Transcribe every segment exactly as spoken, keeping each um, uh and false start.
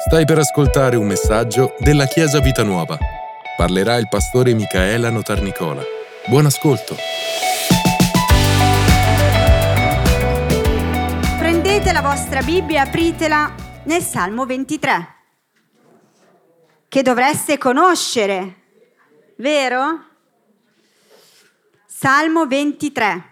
Stai per ascoltare un messaggio della Chiesa Vita Nuova. Parlerà il pastore Micaela Notarnicola. Buon ascolto. Prendete la vostra Bibbia e apritela nel Salmo ventitré, che dovreste conoscere, vero? Salmo ventitré.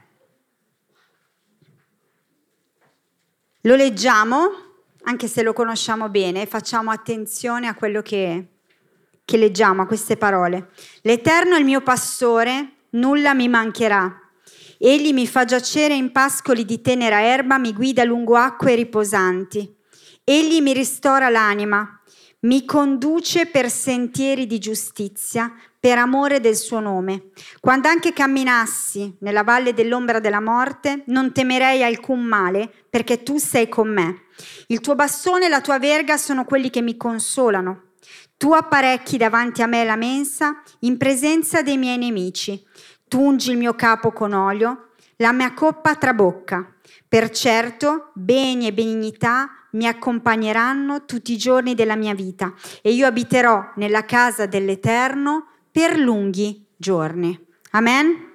Lo leggiamo, anche se lo conosciamo bene, facciamo attenzione a quello che, che leggiamo, a queste parole. L'Eterno è il mio pastore, nulla mi mancherà. Egli mi fa giacere in pascoli di tenera erba, mi guida lungo acque riposanti. Egli mi ristora l'anima, mi conduce per sentieri di giustizia, per amore del suo nome. Quando anche camminassi nella valle dell'ombra della morte, non temerei alcun male, perché tu sei con me. Il tuo bastone e la tua verga sono quelli che mi consolano. Tu apparecchi davanti a me la mensa, in presenza dei miei nemici. Tu ungi il mio capo con olio, la mia coppa trabocca. Per certo, beni e benignità mi accompagneranno tutti i giorni della mia vita e io abiterò nella casa dell'Eterno per lunghi giorni. Amen?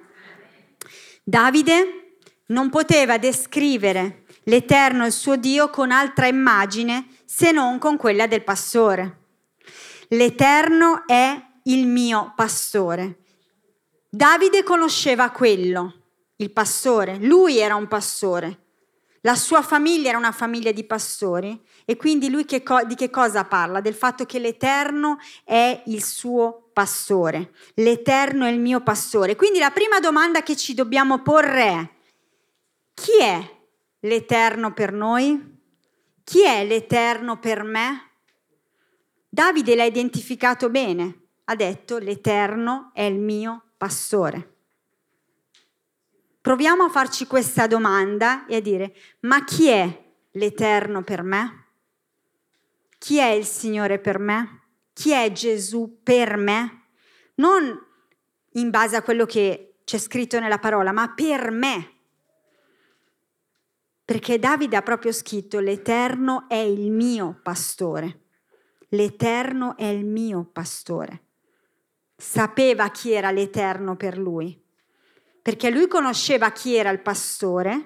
Davide non poteva descrivere l'Eterno, il suo Dio, con altra immagine se non con quella del pastore. L'Eterno è il mio pastore. Davide conosceva quello, il pastore. Lui era un pastore. La sua famiglia era una famiglia di pastori e quindi lui che co- di che cosa parla? Del fatto che l'Eterno è il suo pastore. L'Eterno è il mio pastore. Quindi la prima domanda che ci dobbiamo porre è: chi è l'Eterno per noi? Chi è l'Eterno per me? Davide l'ha identificato bene. Ha detto: l'Eterno è il mio pastore. Proviamo a farci questa domanda e a dire: ma chi è l'Eterno per me? Chi è il Signore per me? Chi è Gesù per me? Non in base a quello che c'è scritto nella parola, ma per me. Perché Davide ha proprio scritto: l'Eterno è il mio pastore. L'Eterno è il mio pastore. Sapeva chi era l'Eterno per lui. Perché lui conosceva chi era il pastore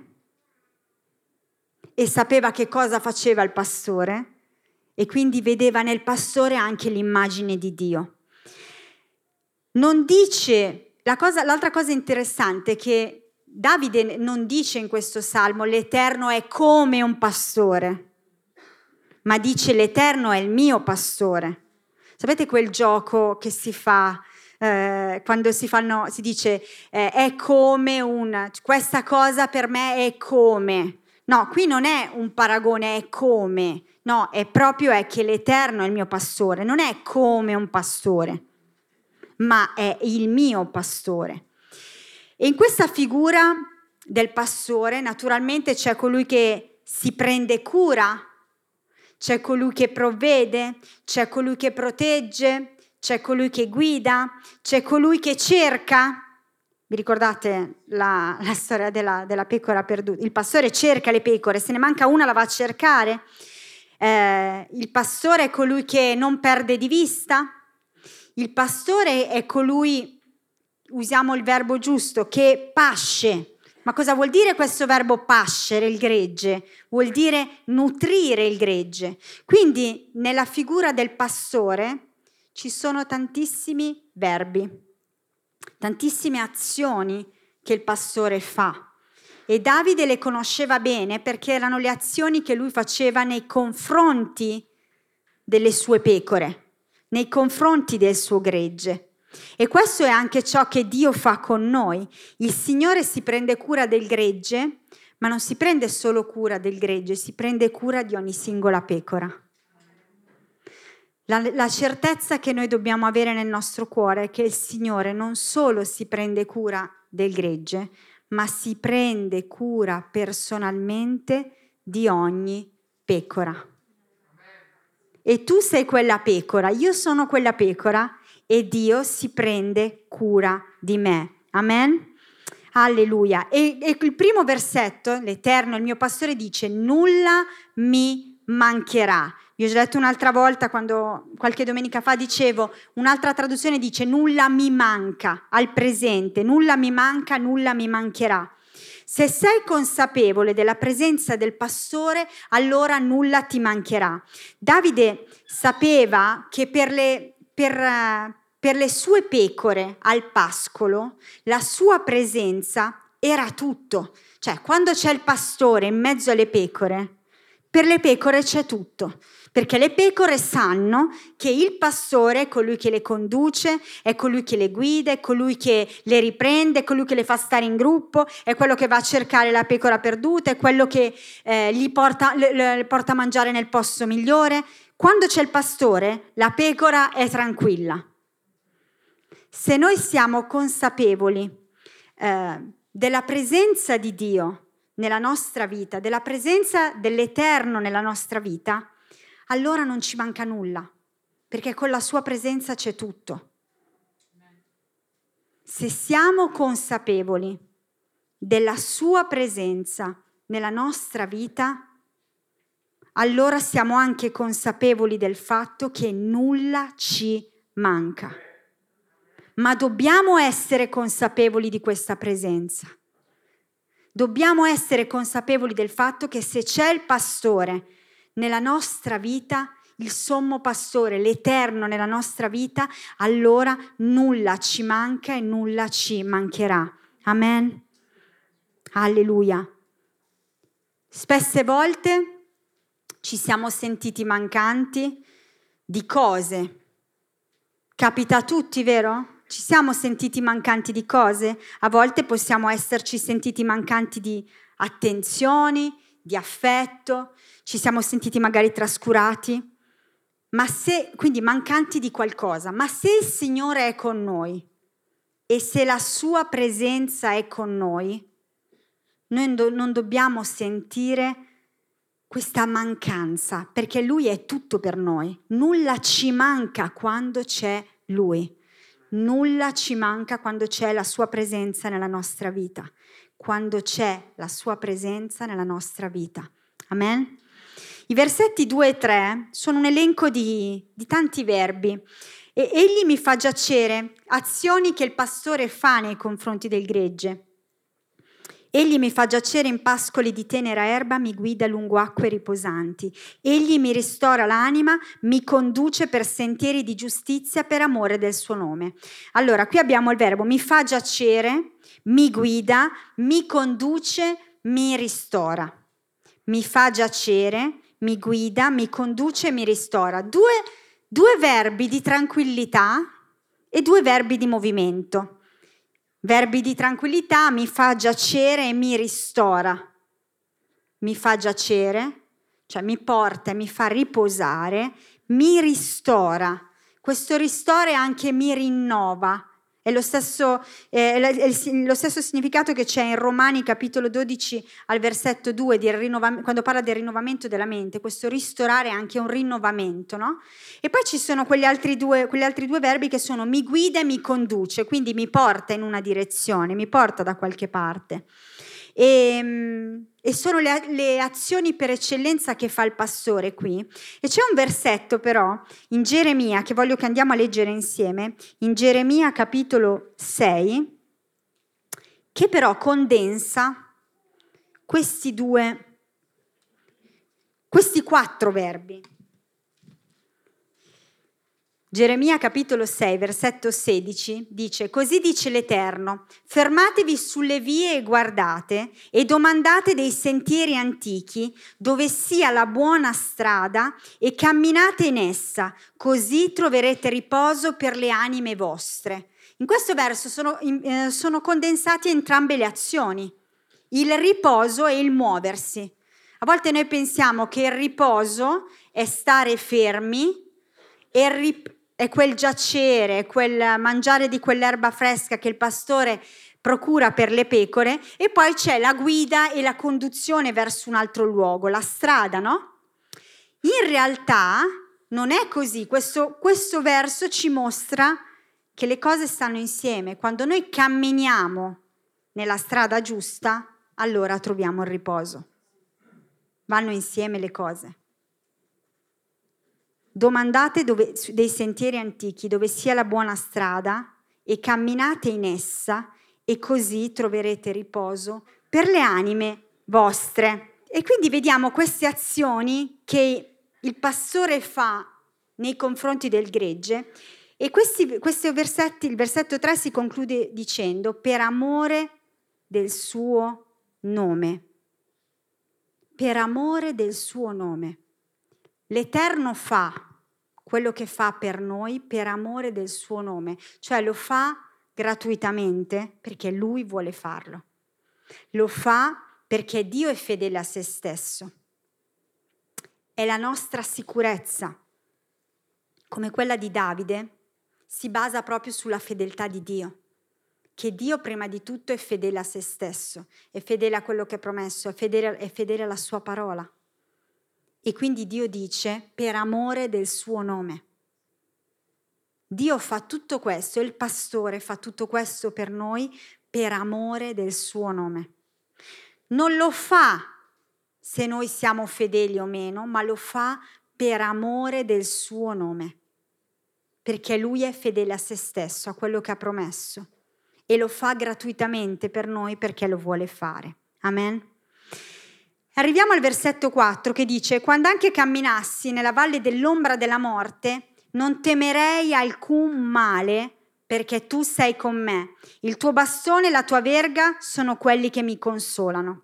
e sapeva che cosa faceva il pastore e quindi vedeva nel pastore anche l'immagine di Dio. Non dice, la cosa, l'altra cosa interessante è che Davide non dice in questo salmo: l'Eterno è come un pastore, ma dice: l'Eterno è il mio pastore. Sapete quel gioco che si fa eh, quando si fanno, si dice eh, è come un, questa cosa per me è come. No, qui non è un paragone, è come. No, è proprio è che l'Eterno è il mio pastore, non è come un pastore, ma è il mio pastore. E in questa figura del pastore naturalmente c'è colui che si prende cura, c'è colui che provvede, c'è colui che protegge, c'è colui che guida, c'è colui che cerca. Vi ricordate la, la storia della, della pecora perduta? Il pastore cerca le pecore, se ne manca una la va a cercare. Eh, il pastore è colui che non perde di vista. Il pastore è colui, usiamo il verbo giusto, che pasce. Ma cosa vuol dire questo verbo pascere il gregge? Vuol dire nutrire il gregge. Quindi nella figura del pastore ci sono tantissimi verbi, tantissime azioni che il pastore fa. E Davide le conosceva bene perché erano le azioni che lui faceva nei confronti delle sue pecore, nei confronti del suo gregge. E questo è anche ciò che Dio fa con noi. Il Signore si prende cura del gregge, ma non si prende solo cura del gregge, si prende cura di ogni singola pecora. La, la certezza che noi dobbiamo avere nel nostro cuore è che il Signore non solo si prende cura del gregge, ma si prende cura personalmente di ogni pecora. E tu sei quella pecora, io sono quella pecora, e Dio si prende cura di me. Amen? Alleluia. E, e il primo versetto, l'Eterno, il mio pastore, dice: nulla mi mancherà. Vi ho già detto un'altra volta, quando qualche domenica fa dicevo, un'altra traduzione dice nulla mi manca al presente, nulla mi manca, nulla mi mancherà. Se sei consapevole della presenza del pastore, allora nulla ti mancherà. Davide sapeva che per le, per, per le sue pecore al pascolo, la sua presenza era tutto. Cioè, quando c'è il pastore in mezzo alle pecore, per le pecore c'è tutto. Perché le pecore sanno che il pastore è colui che le conduce, è colui che le guida, è colui che le riprende, è colui che le fa stare in gruppo, è quello che va a cercare la pecora perduta, è quello che eh, gli porta, le, le porta a mangiare nel posto migliore. Quando c'è il pastore, la pecora è tranquilla. Se noi siamo consapevoli eh, della presenza di Dio nella nostra vita, della presenza dell'Eterno nella nostra vita, allora non ci manca nulla, perché con la sua presenza c'è tutto. Se siamo consapevoli della sua presenza nella nostra vita, allora siamo anche consapevoli del fatto che nulla ci manca. Ma dobbiamo essere consapevoli di questa presenza. Dobbiamo essere consapevoli del fatto che se c'è il pastore nella nostra vita, il sommo pastore, l'Eterno nella nostra vita, allora nulla ci manca e nulla ci mancherà. Amen. Alleluia. Spesse volte ci siamo sentiti mancanti di cose. Capita a tutti, vero? Ci siamo sentiti mancanti di cose? A volte possiamo esserci sentiti mancanti di attenzioni, di affetto, ci siamo sentiti magari trascurati, ma se, quindi mancanti di qualcosa. Ma se il Signore è con noi e se la sua presenza è con noi, noi non dobbiamo sentire questa mancanza, perché Lui è tutto per noi. Nulla ci manca quando c'è Lui. Nulla ci manca quando c'è la sua presenza nella nostra vita. Quando c'è la sua presenza nella nostra vita. Amen? I versetti due e tre sono un elenco di, di tanti verbi. E egli mi fa giacere, azioni che il pastore fa nei confronti del gregge. Egli mi fa giacere in pascoli di tenera erba, mi guida lungo acque riposanti. Egli mi ristora l'anima, mi conduce per sentieri di giustizia per amore del suo nome. Allora, qui abbiamo il verbo mi fa giacere, mi guida, mi conduce, mi ristora. Mi fa giacere, mi guida, mi conduce e mi ristora. Due, due verbi di tranquillità e due verbi di movimento. Verbi di tranquillità, mi fa giacere e mi ristora. Mi fa giacere, cioè mi porta e mi fa riposare, mi ristora. Questo ristoro anche mi rinnova. È lo stesso, eh, è lo stesso significato che c'è in Romani capitolo dodici al versetto due, di rinnovam- quando parla del rinnovamento della mente. Questo ristorare è anche un rinnovamento, no? E poi ci sono quegli altri due, quegli altri due verbi che sono mi guida e mi conduce, quindi mi porta in una direzione, mi porta da qualche parte. E, e sono le, le azioni per eccellenza che fa il pastore qui. E c'è un versetto però in Geremia che voglio che andiamo a leggere insieme, in Geremia capitolo sei, che però condensa questi due, questi quattro verbi. Geremia capitolo sei, versetto sedici, dice: così dice l'Eterno, fermatevi sulle vie e guardate e domandate dei sentieri antichi dove sia la buona strada e camminate in essa, così troverete riposo per le anime vostre. In questo verso sono, eh, sono condensate entrambe le azioni, il riposo e il muoversi. A volte noi pensiamo che il riposo è stare fermi e il riposo è quel giacere, è quel mangiare di quell'erba fresca che il pastore procura per le pecore, e poi c'è la guida e la conduzione verso un altro luogo, la strada, no? In realtà non è così. Questo, questo verso ci mostra che le cose stanno insieme. Quando noi camminiamo nella strada giusta, allora troviamo il riposo. Vanno insieme le cose. domandate dove, dei sentieri antichi dove sia la buona strada e camminate in essa e così troverete riposo per le anime vostre. E quindi vediamo queste azioni che il pastore fa nei confronti del gregge e questi, questi versetti, il versetto tre si conclude dicendo per amore del suo nome. Per amore del suo nome. L'Eterno fa quello che fa per noi per amore del suo nome, cioè lo fa gratuitamente perché Lui vuole farlo. Lo fa perché Dio è fedele a se stesso. È la nostra sicurezza, come quella di Davide, si basa proprio sulla fedeltà di Dio. Che Dio prima di tutto è fedele a se stesso, è fedele a quello che ha promesso, è fedele, è fedele alla sua parola. E quindi Dio dice per amore del suo nome. Dio fa tutto questo, il pastore fa tutto questo per noi per amore del suo nome. Non lo fa se noi siamo fedeli o meno, ma lo fa per amore del suo nome, perché Lui è fedele a se stesso, a quello che ha promesso. E lo fa gratuitamente per noi perché lo vuole fare. Amen. Arriviamo al versetto quattro che dice: quando anche camminassi nella valle dell'ombra della morte, non temerei alcun male perché tu sei con me. Il tuo bastone e la tua verga sono quelli che mi consolano.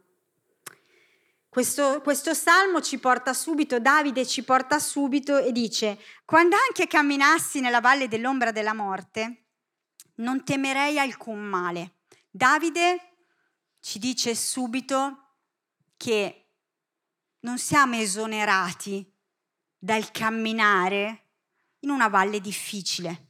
Questo, questo salmo ci porta subito, Davide ci porta subito e dice: quando anche camminassi nella valle dell'ombra della morte, non temerei alcun male. Davide ci dice subito che non siamo esonerati dal camminare in una valle difficile.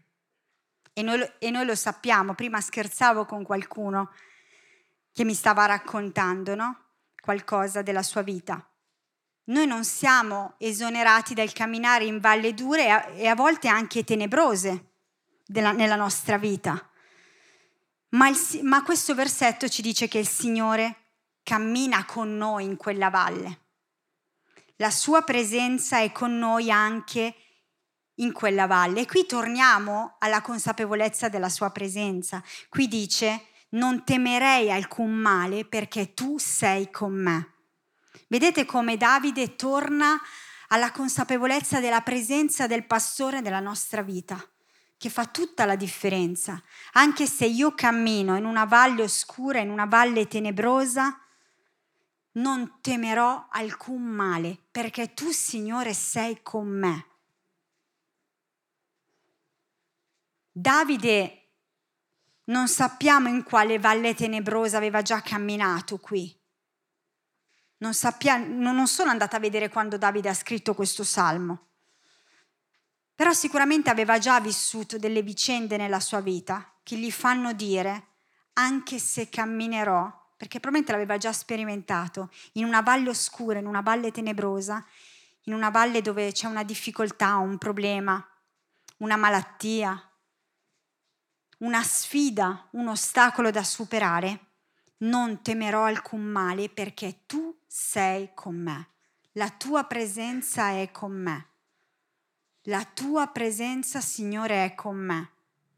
E noi, e noi lo sappiamo. Prima scherzavo con qualcuno che mi stava raccontando, no? Qualcosa della sua vita. Noi non siamo esonerati dal camminare in valle dure e a, e a volte anche tenebrose della, nella nostra vita. Ma, il, ma questo versetto ci dice che il Signore cammina con noi in quella valle. La sua presenza è con noi anche in quella valle. E qui torniamo alla consapevolezza della sua presenza. Qui dice: non temerei alcun male perché tu sei con me. Vedete come Davide torna alla consapevolezza della presenza del pastore nella nostra vita, che fa tutta la differenza. Anche se io cammino in una valle oscura, in una valle tenebrosa, non temerò alcun male, perché tu, Signore, sei con me. Davide, non sappiamo in quale valle tenebrosa aveva già camminato qui. Non, sappiamo, non sono andata a vedere quando Davide ha scritto questo salmo, però sicuramente aveva già vissuto delle vicende nella sua vita che gli fanno dire: anche se camminerò, perché probabilmente l'aveva già sperimentato, in una valle oscura, in una valle tenebrosa, in una valle dove c'è una difficoltà, un problema, una malattia, una sfida, un ostacolo da superare, non temerò alcun male perché tu sei con me. La tua presenza è con me. La tua presenza, Signore, è con me.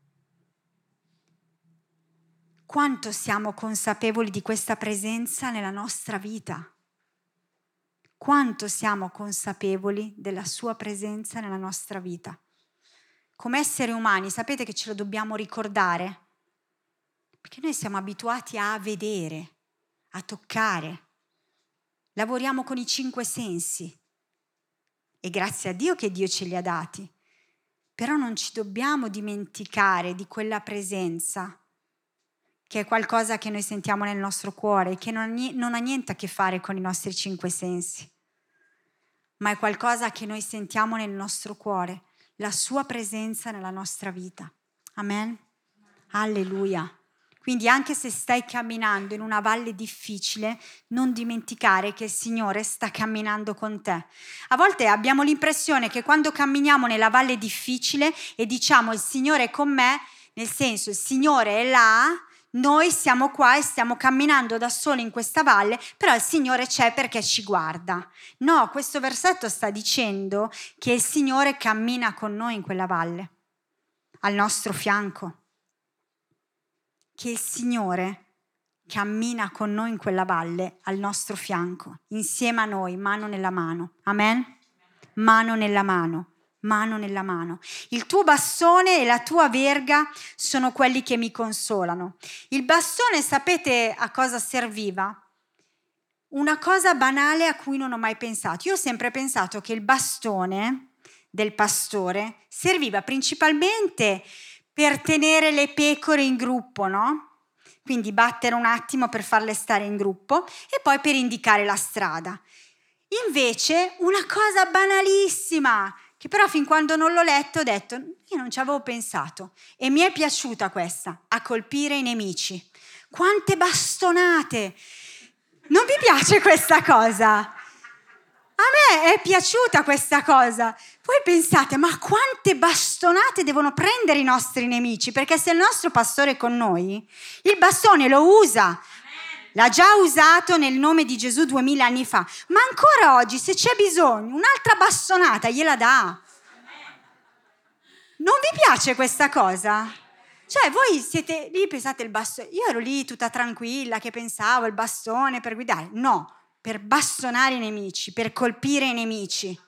Quanto siamo consapevoli di questa presenza nella nostra vita? Quanto siamo consapevoli della sua presenza nella nostra vita? Come esseri umani, sapete che ce lo dobbiamo ricordare? Perché noi siamo abituati a vedere, a toccare. Lavoriamo con i cinque sensi. E grazie a Dio che Dio ce li ha dati. Però non ci dobbiamo dimenticare di quella presenza, che è qualcosa che noi sentiamo nel nostro cuore, che non, non ha niente a che fare con i nostri cinque sensi, ma è qualcosa che noi sentiamo nel nostro cuore, la sua presenza nella nostra vita. Amen? Alleluia. Quindi anche se stai camminando in una valle difficile, non dimenticare che il Signore sta camminando con te. A volte abbiamo l'impressione che quando camminiamo nella valle difficile e diciamo il Signore è con me, nel senso il Signore è là, noi siamo qua e stiamo camminando da soli in questa valle, però il Signore c'è perché ci guarda. No, questo versetto sta dicendo che il Signore cammina con noi in quella valle, al nostro fianco. Che il Signore cammina con noi in quella valle, al nostro fianco, insieme a noi, mano nella mano. Amen? Mano nella mano. Mano nella mano. Il tuo bastone e la tua verga sono quelli che mi consolano. Il bastone, sapete a cosa serviva? Una cosa banale a cui non ho mai pensato. Io ho sempre pensato che il bastone del pastore serviva principalmente per tenere le pecore in gruppo, no? Quindi battere un attimo per farle stare in gruppo e poi per indicare la strada. Invece una cosa banalissima, che però fin quando non l'ho letto ho detto, io non ci avevo pensato, e mi è piaciuta questa, a colpire i nemici. Quante bastonate! Non vi piace questa cosa? A me è piaciuta questa cosa. Voi pensate, ma quante bastonate devono prendere i nostri nemici? Perché se il nostro pastore è con noi, il bastone lo usa. L'ha già usato nel nome di Gesù duemila anni fa, ma ancora oggi se c'è bisogno un'altra bastonata gliela dà. Non vi piace questa cosa? Cioè voi siete lì, pensate il bastone, io ero lì tutta tranquilla che pensavo il bastone per guidare, no, per bastonare i nemici, per colpire i nemici.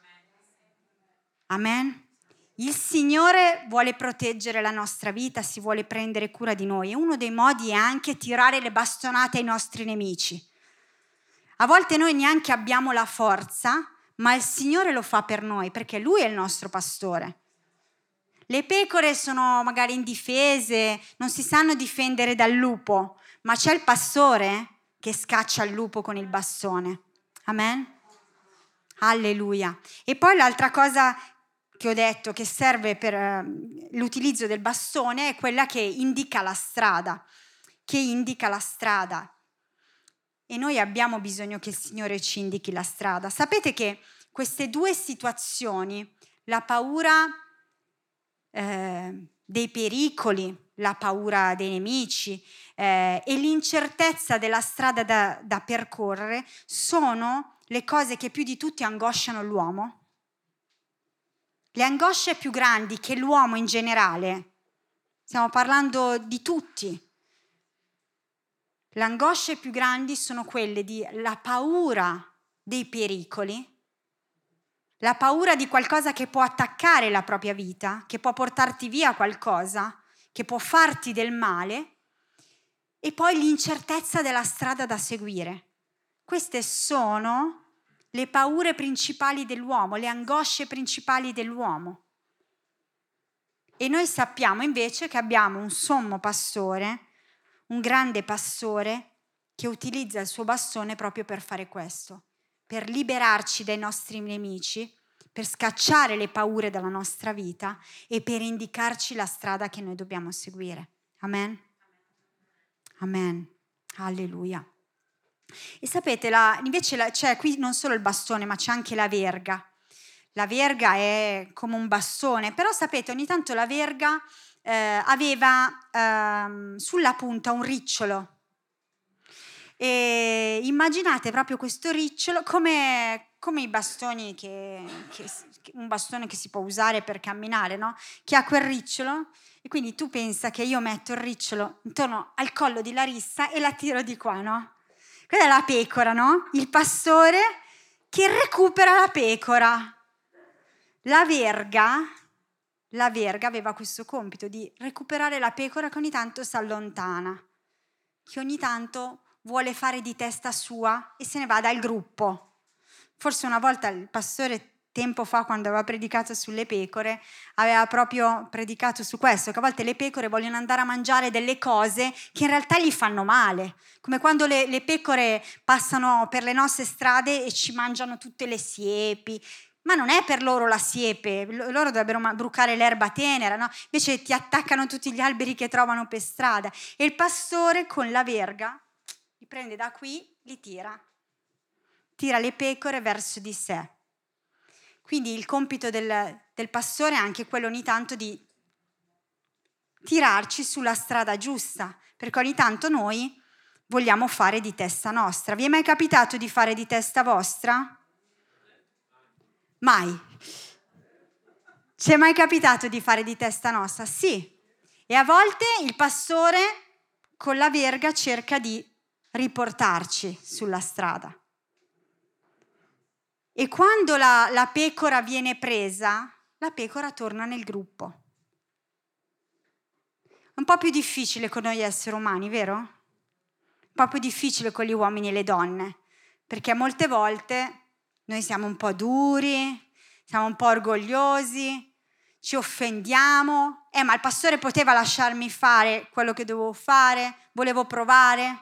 Amen? Il Signore vuole proteggere la nostra vita, si vuole prendere cura di noi e uno dei modi è anche tirare le bastonate ai nostri nemici. A volte noi neanche abbiamo la forza, ma il Signore lo fa per noi perché Lui è il nostro pastore. Le pecore sono magari indifese, non si sanno difendere dal lupo, ma c'è il pastore che scaccia il lupo con il bastone. Amen? Alleluia. E poi l'altra cosa che ho detto che serve per uh, l'utilizzo del bastone è quella che indica la strada, che indica la strada. E noi abbiamo bisogno che il Signore ci indichi la strada. Sapete che queste due situazioni, la paura eh, dei pericoli, la paura dei nemici eh, e l'incertezza della strada da, da percorrere, sono le cose che più di tutti angosciano l'uomo. Le angosce più grandi che l'uomo in generale, stiamo parlando di tutti, le angosce più grandi sono quelle di la paura dei pericoli, la paura di qualcosa che può attaccare la propria vita, che può portarti via qualcosa, che può farti del male, e poi l'incertezza della strada da seguire. Queste sono le paure principali dell'uomo, le angosce principali dell'uomo. E noi sappiamo invece che abbiamo un sommo pastore, un grande pastore, che utilizza il suo bastone proprio per fare questo, per liberarci dai nostri nemici, per scacciare le paure dalla nostra vita e per indicarci la strada che noi dobbiamo seguire. Amen? Amen. Alleluia. E sapete, la, invece la, c'è qui non solo il bastone, ma c'è anche la verga. La verga è come un bastone, però sapete, ogni tanto la verga eh, aveva eh, sulla punta un ricciolo. E immaginate proprio questo ricciolo come, come i bastoni, che, che, un bastone che si può usare per camminare, no? Che ha quel ricciolo, e quindi tu pensa che io metto il ricciolo intorno al collo di Larissa e la tiro di qua, no? Quella è la pecora, no? Il pastore che recupera la pecora. La verga, la verga aveva questo compito di recuperare la pecora che ogni tanto si allontana, che ogni tanto vuole fare di testa sua e se ne va dal gruppo. Forse una volta il pastore, tempo fa, quando aveva predicato sulle pecore, aveva proprio predicato su questo, che a volte le pecore vogliono andare a mangiare delle cose che in realtà gli fanno male, come quando le, le pecore passano per le nostre strade e ci mangiano tutte le siepi. Ma non è per loro la siepe, loro dovrebbero brucare l'erba tenera, no? Invece ti attaccano tutti gli alberi che trovano per strada. E il pastore con la verga li prende da qui, li tira. Tira le pecore verso di sé. Quindi il compito del, del pastore è anche quello ogni tanto di tirarci sulla strada giusta, perché ogni tanto noi vogliamo fare di testa nostra. Vi è mai capitato di fare di testa vostra? Mai. Ci è mai capitato di fare di testa nostra? Sì. E a volte il pastore con la verga cerca di riportarci sulla strada. E quando la, la pecora viene presa, la pecora torna nel gruppo. È un po' più difficile con noi esseri umani, vero? Un po' più difficile con gli uomini e le donne, perché molte volte noi siamo un po' duri, siamo un po' orgogliosi, ci offendiamo. Eh, ma il pastore poteva lasciarmi fare quello che dovevo fare, volevo provare.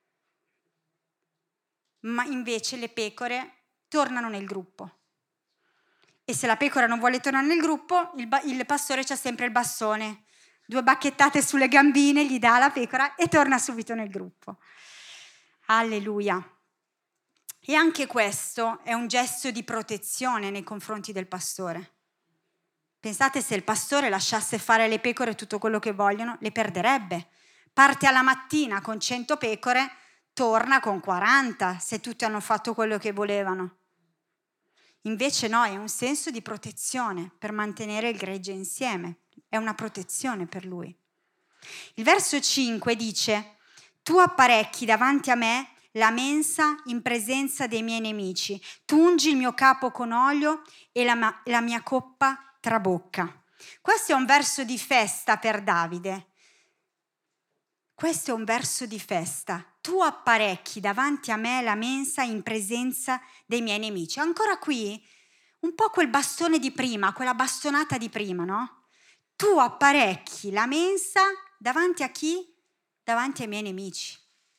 Ma invece le pecore tornano nel gruppo. E se la pecora non vuole tornare nel gruppo, il, ba- il pastore c'ha sempre il bastone. Due bacchettate sulle gambine gli dà la pecora e torna subito nel gruppo. Alleluia. E anche questo è un gesto di protezione nei confronti del pastore. Pensate, se il pastore lasciasse fare alle pecore tutto quello che vogliono, le perderebbe. Parte alla mattina con cento pecore, torna con quaranta, se tutti hanno fatto quello che volevano. Invece no, è un senso di protezione per mantenere il gregge insieme. È una protezione per lui. Il verso cinque dice: tu apparecchi davanti a me la mensa in presenza dei miei nemici, tu ungi il mio capo con olio e la, la mia coppa trabocca. Questo è un verso di festa per Davide. Questo è un verso di festa. Tu apparecchi davanti a me la mensa in presenza dei miei nemici. Ancora qui un po' quel bastone di prima, quella bastonata di prima, no? Tu apparecchi la mensa davanti a chi? Davanti ai miei nemici.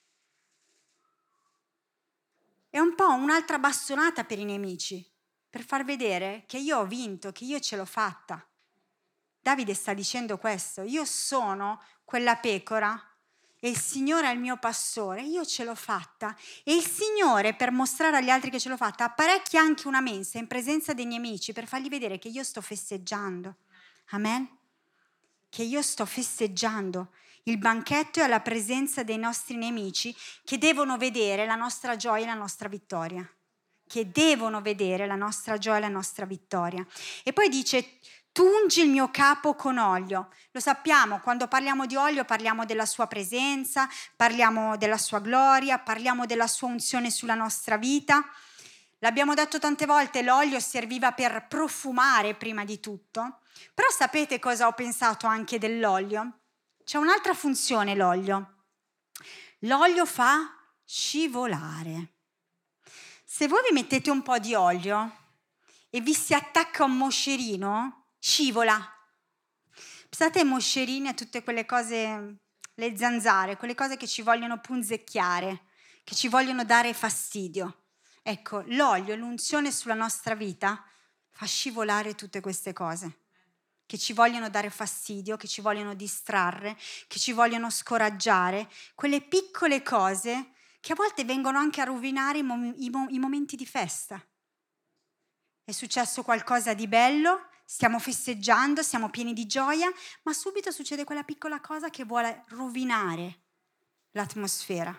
È un po' un'altra bastonata per i nemici, per far vedere che io ho vinto, che io ce l'ho fatta. Davide sta dicendo questo: io sono quella pecora e il Signore è il mio pastore, io ce l'ho fatta. E il Signore, per mostrare agli altri che ce l'ho fatta, apparecchia anche una mensa in presenza dei nemici per fargli vedere che io sto festeggiando. Amen? Che io sto festeggiando. Il banchetto è alla presenza dei nostri nemici che devono vedere la nostra gioia e la nostra vittoria. Che devono vedere la nostra gioia e la nostra vittoria. E poi dice: tu ungi il mio capo con olio. Lo sappiamo, quando parliamo di olio parliamo della sua presenza, parliamo della sua gloria, parliamo della sua unzione sulla nostra vita. L'abbiamo detto tante volte, l'olio serviva per profumare prima di tutto. Però sapete cosa ho pensato anche dell'olio? C'è un'altra funzione l'olio. L'olio fa scivolare. Se voi vi mettete un po' di olio e vi si attacca un moscerino, scivola. Pensate ai moscerini, a tutte quelle cose, le zanzare, quelle cose che ci vogliono punzecchiare, che ci vogliono dare fastidio. Ecco, l'olio, l'unzione sulla nostra vita fa scivolare tutte queste cose che ci vogliono dare fastidio, che ci vogliono distrarre, che ci vogliono scoraggiare, quelle piccole cose che a volte vengono anche a rovinare i, mom- i, mom- i momenti di festa. È successo qualcosa di bello, stiamo festeggiando, siamo pieni di gioia, ma subito succede quella piccola cosa che vuole rovinare l'atmosfera,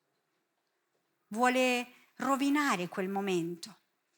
vuole rovinare quel momento.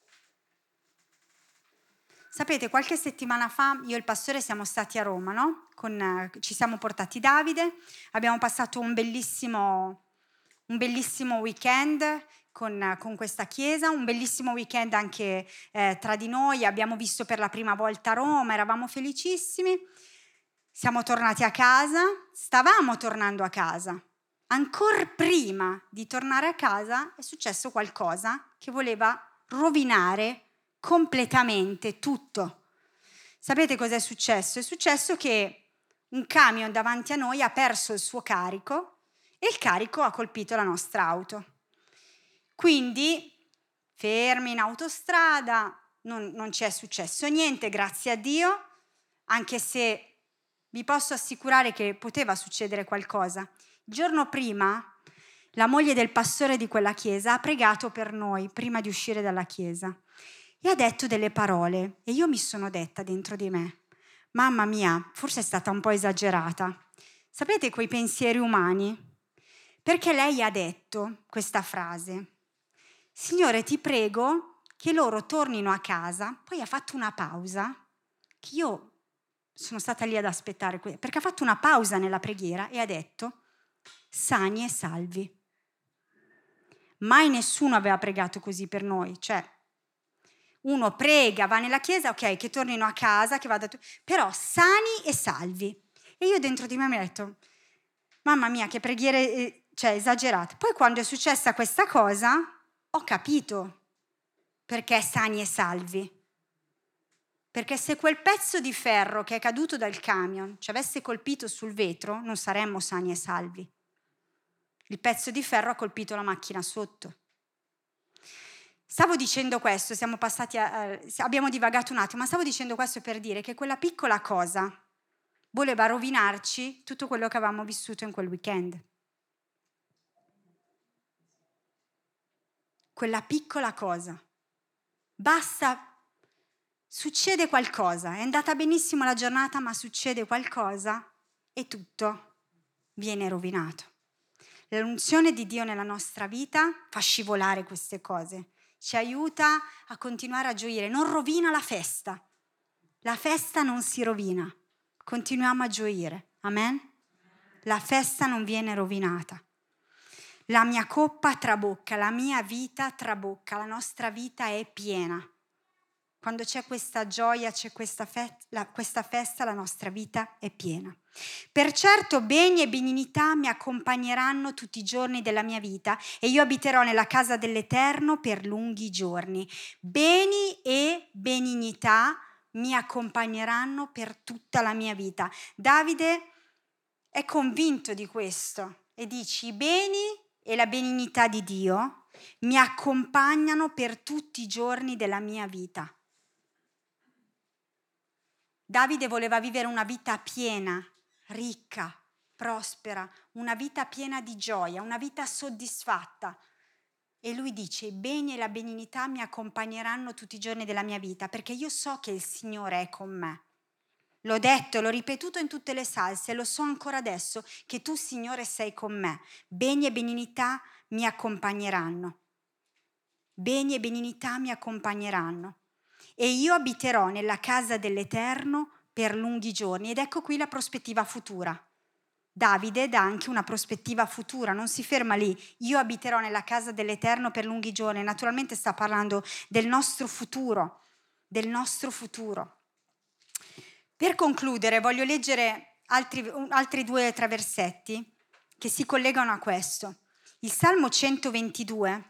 Sapete, qualche settimana fa io e il pastore siamo stati a Roma, no? Con, eh, ci siamo portati Davide, abbiamo passato un bellissimo, un bellissimo weekend con, con questa chiesa, un bellissimo weekend anche eh, tra di noi, abbiamo visto per la prima volta Roma, eravamo felicissimi, siamo tornati a casa, stavamo tornando a casa. Ancora prima di tornare a casa è successo qualcosa che voleva rovinare completamente tutto. Sapete cosa è successo? È successo che un camion davanti a noi ha perso il suo carico e il carico ha colpito la nostra auto. Quindi, fermi in autostrada, non, non ci è successo niente, grazie a Dio, anche se vi posso assicurare che poteva succedere qualcosa. Il giorno prima, la moglie del pastore di quella chiesa ha pregato per noi prima di uscire dalla chiesa. E ha detto delle parole e io mi sono detta dentro di me: mamma mia, forse è stata un po' esagerata. Sapete quei pensieri umani? Perché lei ha detto questa frase: Signore, ti prego che loro tornino a casa. Poi ha fatto una pausa, che io sono stata lì ad aspettare, perché ha fatto una pausa nella preghiera e ha detto: sani e salvi. Mai nessuno aveva pregato così per noi, cioè uno prega, va nella chiesa, ok, che tornino a casa, che vada, però sani e salvi. E io dentro di me mi ho detto: mamma mia, che preghiere, cioè, esagerate. Poi quando è successa questa cosa ho capito perché sani e salvi. Perché se quel pezzo di ferro che è caduto dal camion ci avesse colpito sul vetro, non saremmo sani e salvi. Il pezzo di ferro ha colpito la macchina sotto. Stavo dicendo questo, siamo passati a, abbiamo divagato un attimo, ma stavo dicendo questo per dire che quella piccola cosa voleva rovinarci tutto quello che avevamo vissuto in quel weekend. Quella piccola cosa. Basta, succede qualcosa, è andata benissimo la giornata, ma succede qualcosa e tutto viene rovinato. L'unzione di Dio nella nostra vita fa scivolare queste cose, ci aiuta a continuare a gioire, non rovina la festa. La festa non si rovina, continuiamo a gioire, amen? La festa non viene rovinata. La mia coppa trabocca, la mia vita trabocca, la nostra vita è piena. Quando c'è questa gioia, c'è questa, fe- la, questa festa, la nostra vita è piena. Per certo beni e benignità mi accompagneranno tutti i giorni della mia vita e io abiterò nella casa dell'Eterno per lunghi giorni. Beni e benignità mi accompagneranno per tutta la mia vita. Davide è convinto di questo e dice: i beni e la benignità di Dio mi accompagnano per tutti i giorni della mia vita. Davide voleva vivere una vita piena, ricca, prospera, una vita piena di gioia, una vita soddisfatta. E lui dice: i beni e la benignità mi accompagneranno tutti i giorni della mia vita, perché io so che il Signore è con me. L'ho detto, l'ho ripetuto in tutte le salse, lo so ancora adesso, che tu, Signore, sei con me. Beni e benignità mi accompagneranno. Beni e benignità mi accompagneranno. E io abiterò nella casa dell'Eterno per lunghi giorni. Ed ecco qui la prospettiva futura. Davide dà anche una prospettiva futura, non si ferma lì. Io abiterò nella casa dell'Eterno per lunghi giorni. Naturalmente sta parlando del nostro futuro, del nostro futuro. Per concludere voglio leggere altri, altri due o tre versetti che si collegano a questo. Il Salmo centoventidue,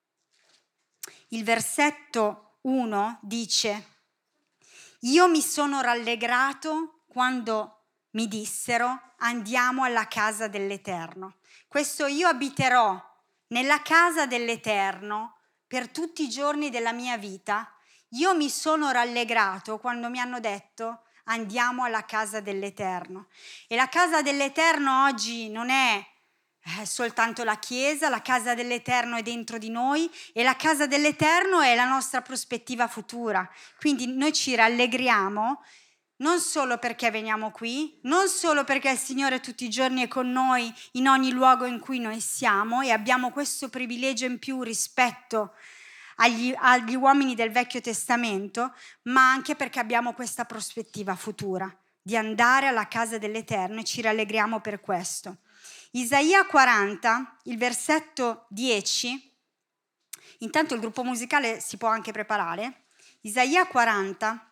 il versetto uno dice: io mi sono rallegrato quando mi dissero andiamo alla casa dell'Eterno. Questo io abiterò nella casa dell'Eterno per tutti i giorni della mia vita. Io mi sono rallegrato quando mi hanno detto andiamo alla casa dell'Eterno. E la casa dell'Eterno oggi non è eh, soltanto la Chiesa, la casa dell'Eterno è dentro di noi e la casa dell'Eterno è la nostra prospettiva futura. Quindi noi ci rallegriamo non solo perché veniamo qui, non solo perché il Signore tutti i giorni è con noi in ogni luogo in cui noi siamo e abbiamo questo privilegio in più rispetto agli, agli uomini del Vecchio Testamento, ma anche perché abbiamo questa prospettiva futura di andare alla casa dell'Eterno e ci rallegriamo per questo. Isaia quaranta, il versetto dieci, intanto il gruppo musicale si può anche preparare. Isaia quaranta,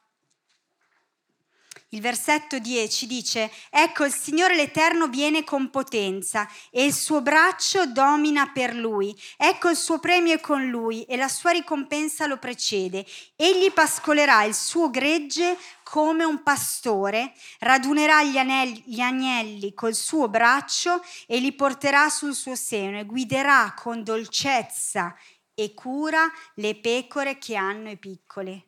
il versetto dieci dice: ecco, il Signore l'Eterno viene con potenza e il suo braccio domina per lui. Ecco, il suo premio è con lui e la sua ricompensa lo precede. Egli pascolerà il suo gregge come un pastore, radunerà gli, anelli, gli agnelli col suo braccio e li porterà sul suo seno e guiderà con dolcezza e cura le pecore che hanno i piccoli.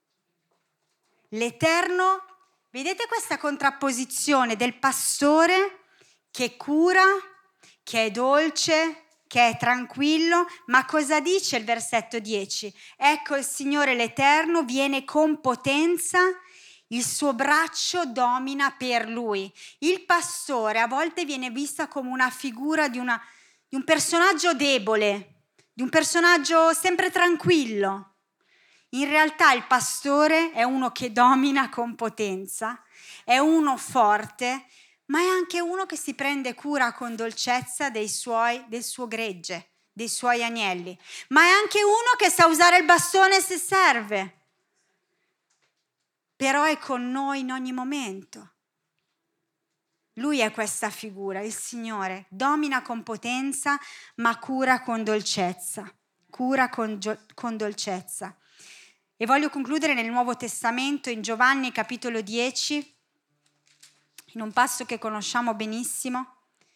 L'Eterno, vedete questa contrapposizione del pastore che cura, che è dolce, che è tranquillo, ma cosa dice il versetto dieci? Ecco, il Signore l'Eterno viene con potenza, Il suo braccio domina per lui. Il pastore a volte viene vista come una figura di, una, di un personaggio debole, di un personaggio sempre tranquillo. In realtà il pastore è uno che domina con potenza, è uno forte, ma è anche uno che si prende cura con dolcezza dei suoi, del suo gregge, dei suoi agnelli, ma è anche uno che sa usare il bastone se serve. Però è con noi in ogni momento. Lui è questa figura, il Signore, domina con potenza, ma cura con dolcezza, cura con, gio- con dolcezza. E voglio concludere nel Nuovo Testamento, in Giovanni capitolo dieci, in un passo che conosciamo benissimo.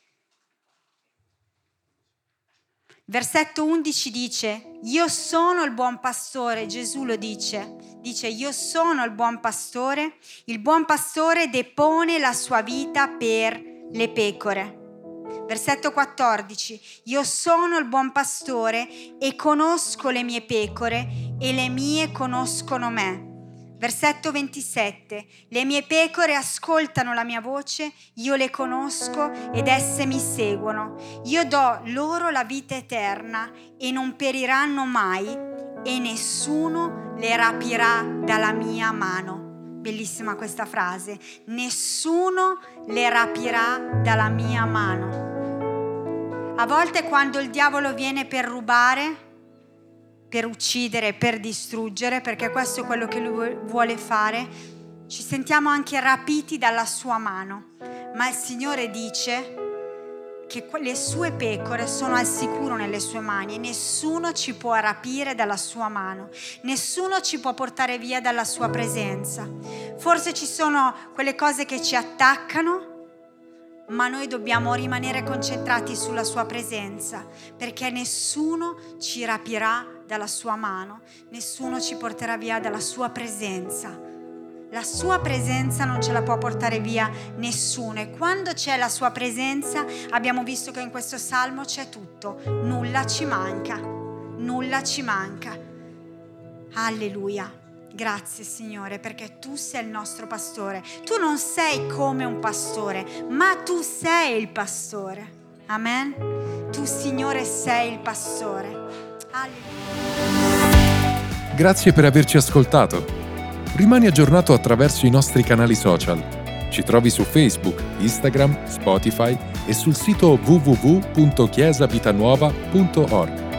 Versetto undici dice: io sono il buon pastore. Gesù lo dice, dice io sono il buon pastore, il buon pastore depone la sua vita per le pecore. Versetto quattordici: io sono il buon pastore e conosco le mie pecore e le mie conoscono me. Versetto ventisette: le mie pecore ascoltano la mia voce, io le conosco ed esse mi seguono. Io do loro la vita eterna e non periranno mai e nessuno le rapirà dalla mia mano. Bellissima questa frase. Nessuno le rapirà dalla mia mano. A volte quando il diavolo viene per rubare, per uccidere, per distruggere, perché questo è quello che lui vuole fare, ci sentiamo anche rapiti dalla sua mano. Ma il Signore dice che le sue pecore sono al sicuro nelle sue mani e nessuno ci può rapire dalla sua mano, nessuno ci può portare via dalla sua presenza. Forse ci sono quelle cose che ci attaccano, ma noi dobbiamo rimanere concentrati sulla sua presenza, perché nessuno ci rapirà dalla sua mano, nessuno ci porterà via dalla sua presenza. La sua presenza non ce la può portare via nessuno, e quando c'è la sua presenza abbiamo visto che in questo salmo c'è tutto, nulla ci manca, nulla ci manca. Alleluia. Grazie Signore, perché tu sei il nostro pastore. Tu non sei come un pastore, ma tu sei il pastore. Amen. Tu Signore sei il pastore. Alleluia. Grazie per averci ascoltato. Rimani aggiornato attraverso i nostri canali social. Ci trovi su Facebook, Instagram, Spotify e sul sito w w w punto chiesa vitanuova punto org.